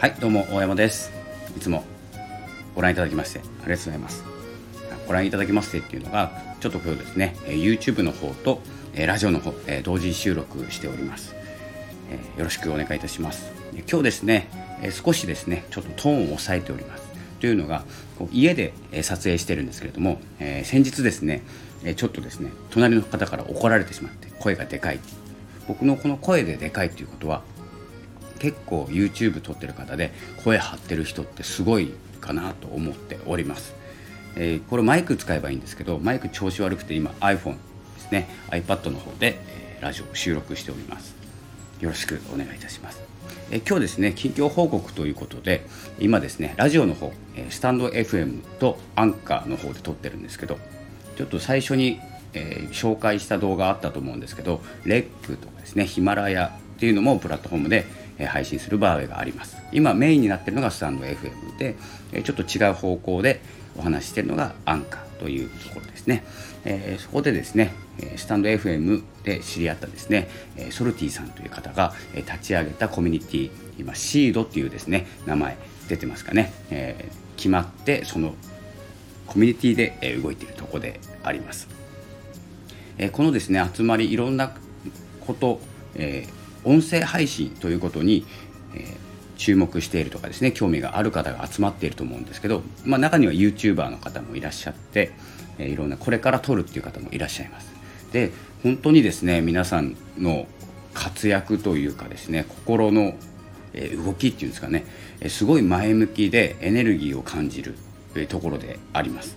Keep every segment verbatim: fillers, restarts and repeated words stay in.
はい、どうも大山です。いつもご覧いただきましてありがとうございます。ご覧いただきましてっていうのがちょっと今日ですね YouTube の方とラジオの方同時収録しております。よろしくお願いいたします。今日ですね少しですねちょっとトーンを抑えております。というのがこう家で撮影してるんですけれども、えー、先日ですねちょっとですね隣の方から怒られてしまって声がでかい。僕のこの声ででかいということは結構 YouTube 撮ってる方で声張ってる人ってすごいかなと思っております。えー、これマイク使えばいいんですけどマイク調子悪くて今 iPhone ですね iPad の方で、えー、ラジオ収録しております。よろしくお願いいたします。えー、今日ですね近況報告ということで今ですねラジオの方、えー、スタンド エフエム とアンカーの方で撮ってるんですけどちょっと最初に、えー、紹介した動画あったと思うんですけどレックとかですねヒマラヤっていうのもプラットフォームで配信する場合があります。今メインになっているのがスタンド エフエム でちょっと違う方向でお話ししているのがアンカーというところですね。えー、そこでですねスタンド エフエム で知り合ったですねソルティさんという方が立ち上げたコミュニティ今シードっていうですね名前出てますかね、えー、決まってそのコミュニティで動いているところであります。えー、このですね集まりいろんなこと、えー音声配信ということに、えー、注目しているとかですね興味がある方が集まっていると思うんですけど、まあ、中には YouTuber の方もいらっしゃって、えー、いろんなこれから撮るっていう方もいらっしゃいます。で本当にですね皆さんの活躍というかですね心の、えー、動きっていうんですかね、えー、すごい前向きでエネルギーを感じる、えー、ところであります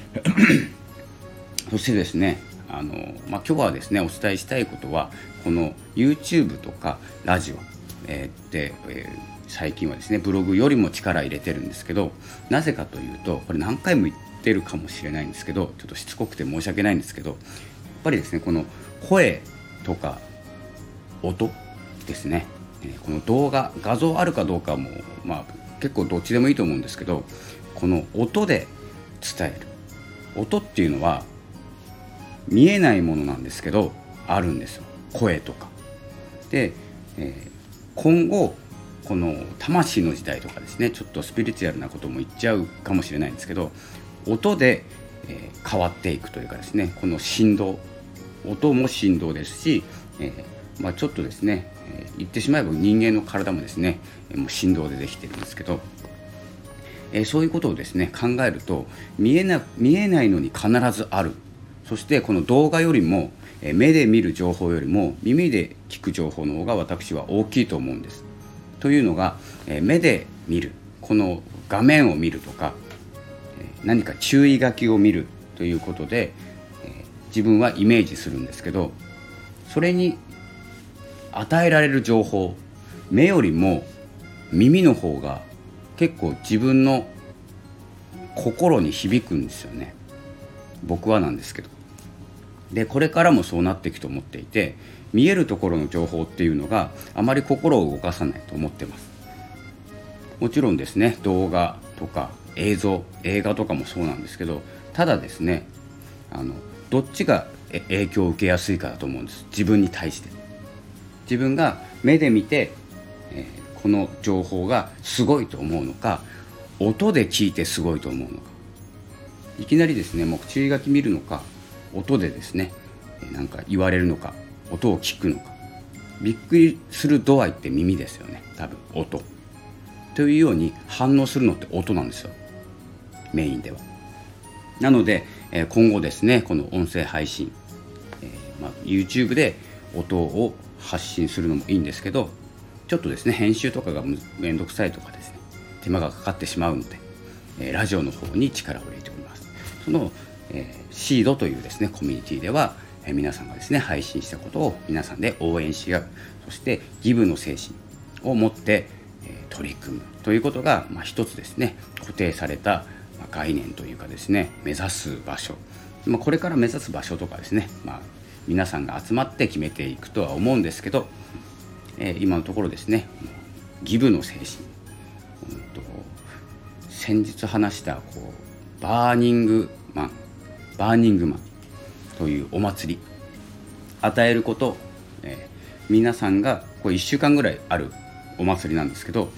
そしてですねあのまあ、今日はですねお伝えしたいことはこの YouTube とかラジオ、えー、で、えー、最近はですねブログよりも力入れてるんですけどなぜかというとこれ何回も言ってるかもしれないんですけどちょっとしつこくて申し訳ないんですけどやっぱりですねこの声とか音ですねこの動画画像あるかどうかも、まあ、結構どっちでもいいと思うんですけどこの音で伝える音っていうのは見えないものなんですけどあるんですよ声とかで、えー、今後この魂の時代とかですねちょっとスピリチュアルなことも言っちゃうかもしれないんですけど音で、えー、変わっていくというかですねこの振動音も振動ですし、えーまあ、ちょっとですね、えー、言ってしまえば人間の体もですねもう振動でできてるんですけど、えー、そういうことをですね考えると見えな、見えないのに必ずある。そしてこの動画よりも目で見る情報よりも耳で聞く情報の方が私は大きいと思うんです。というのが目で見るこの画面を見るとか何か注意書きを見るということで自分はイメージするんですけどそれに与えられる情報目よりも耳の方が結構自分の心に響くんですよね。僕はなんですけどでこれからもそうなっていくと思っていて見えるところの情報っていうのがあまり心を動かさないと思ってます。もちろんですね動画とか映像映画とかもそうなんですけどただですねあのどっちが影響を受けやすいかだと思うんです。自分に対して自分が目で見て、えー、この情報がすごいと思うのか音で聞いてすごいと思うのかいきなりですねもう注意書き見るのか音でですねなんか言われるのか音を聞くのかびっくりする度合いって耳ですよね多分音というように反応するのって音なんですよメインでは。なので今後ですねこの音声配信、えーまあ、YouTube で音を発信するのもいいんですけどちょっとですね編集とかがめんどくさいとかですね手間がかかってしまうので、えー、ラジオの方に力を入れております。そのえー、シードというですねコミュニティでは、えー、皆さんがですね配信したことを皆さんで応援し合うそしてギブの精神を持って、えー、取り組むということが、まあ、一つですね固定された、まあ、概念というかですね目指す場所、まあ、これから目指す場所とかですね、まあ、皆さんが集まって決めていくとは思うんですけど、えー、今のところですねギブの精神、うん、と先日話したこうバーニングマンバーニングマンというお祭り与えること、えー、皆さんがこれいっしゅうかんぐらいあるお祭りなんですけど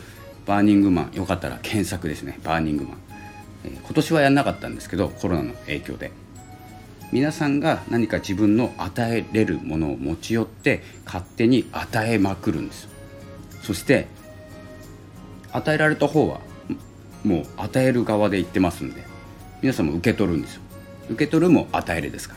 バーニングマン、よかったら検索ですね。バーニングマン、えー、今年はやんなかったんですけど、コロナの影響で皆さんが何か自分の与えれるものを持ち寄って勝手に与えまくるんですよ。そして与えられた方はもう与える側で言ってますんで、皆さんも受け取るんですよ。受け取るも与えるですから、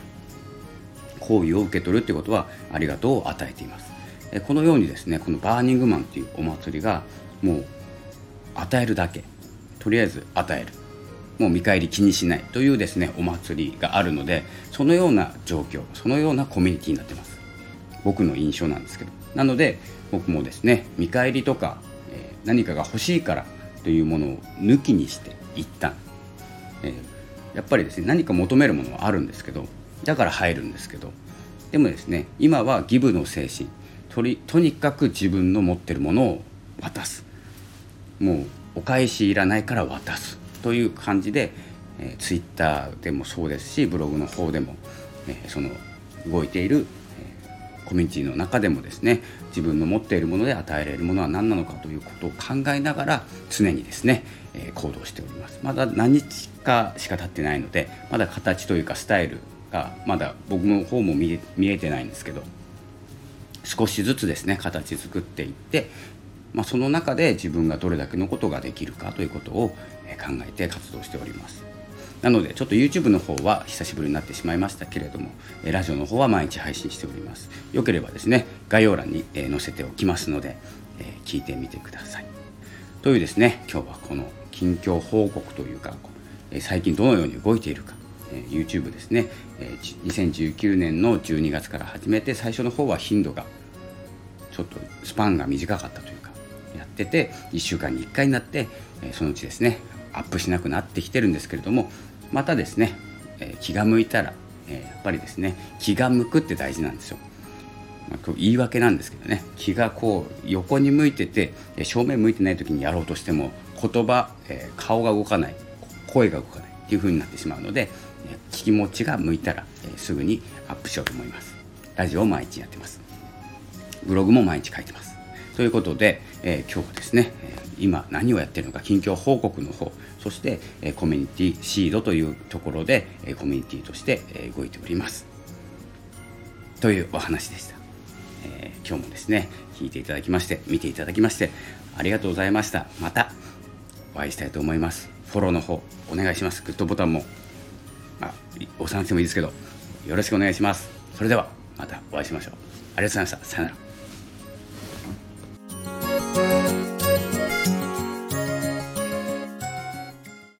好意を受け取るっていうことはありがとうを与えています。えこのようにですね、このバーニングマンっていうお祭りがもう与えるだけ、とりあえず与える、もう見返り気にしないというですねお祭りがあるので、そのような状況、そのようなコミュニティになってます。僕の印象なんですけど、なので僕もですね、見返りとか、えー、何かが欲しいからというものを抜きにして一旦、えー、やっぱりですね何か求めるものはあるんですけど、だから入るんですけど、でもですね今はギブの精神、とりとにかく自分の持ってるものを渡す、もうお返しいらないから渡すという感じで、えー、ツイッターでもそうですし、ブログの方でも、えー、その動いている、えー、コミュニティの中でもですね、自分の持っているもので与えられるものは何なのかということを考えながら常にですね、えー、行動しております。まだ何日かしか経ってないので、まだ形というかスタイルがまだ僕の方も見え、見えてないんですけど、少しずつですね形作っていって、まあ、その中で自分がどれだけのことができるかということを考えて活動しております。なのでちょっと YouTube の方は久しぶりになってしまいましたけれども、ラジオの方は毎日配信しております。よければですね概要欄に載せておきますので、聞いてみてください。というですね、今日はこの近況報告というか、最近どのように動いているか、YouTube ですね、にせんじゅうきゅうねんのじゅうにがつから始めて、最初の方は頻度がちょっとスパンが短かったというか、やってていっしゅうかんにいっかいになって、そのうちですねアップしなくなってきてるんですけれども、またですね気が向いたら、やっぱりですね気が向くって大事なんですよ。まあ、言い訳なんですけどね、気がこう横に向いてて正面向いてない時にやろうとしても言葉、顔が動かない、声が動かないっていう風になってしまうので、気持ちが向いたらすぐにアップしようと思います。ラジオを毎日やってます。ブログも毎日書いてます。ということで、えー、今日はですね、えー、今何をやっているのか、近況報告の方、そして、えー、コミュニティシードというところで、えー、コミュニティとして、えー、動いておりますというお話でした。えー、今日もですね聞いていただきまして、見ていただきましてありがとうございました。またお会いしたいと思います。フォローの方お願いします。グッドボタンも、まあ、お賛成もいいですけどよろしくお願いします。それではまたお会いしましょう。ありがとうございました。さよなら。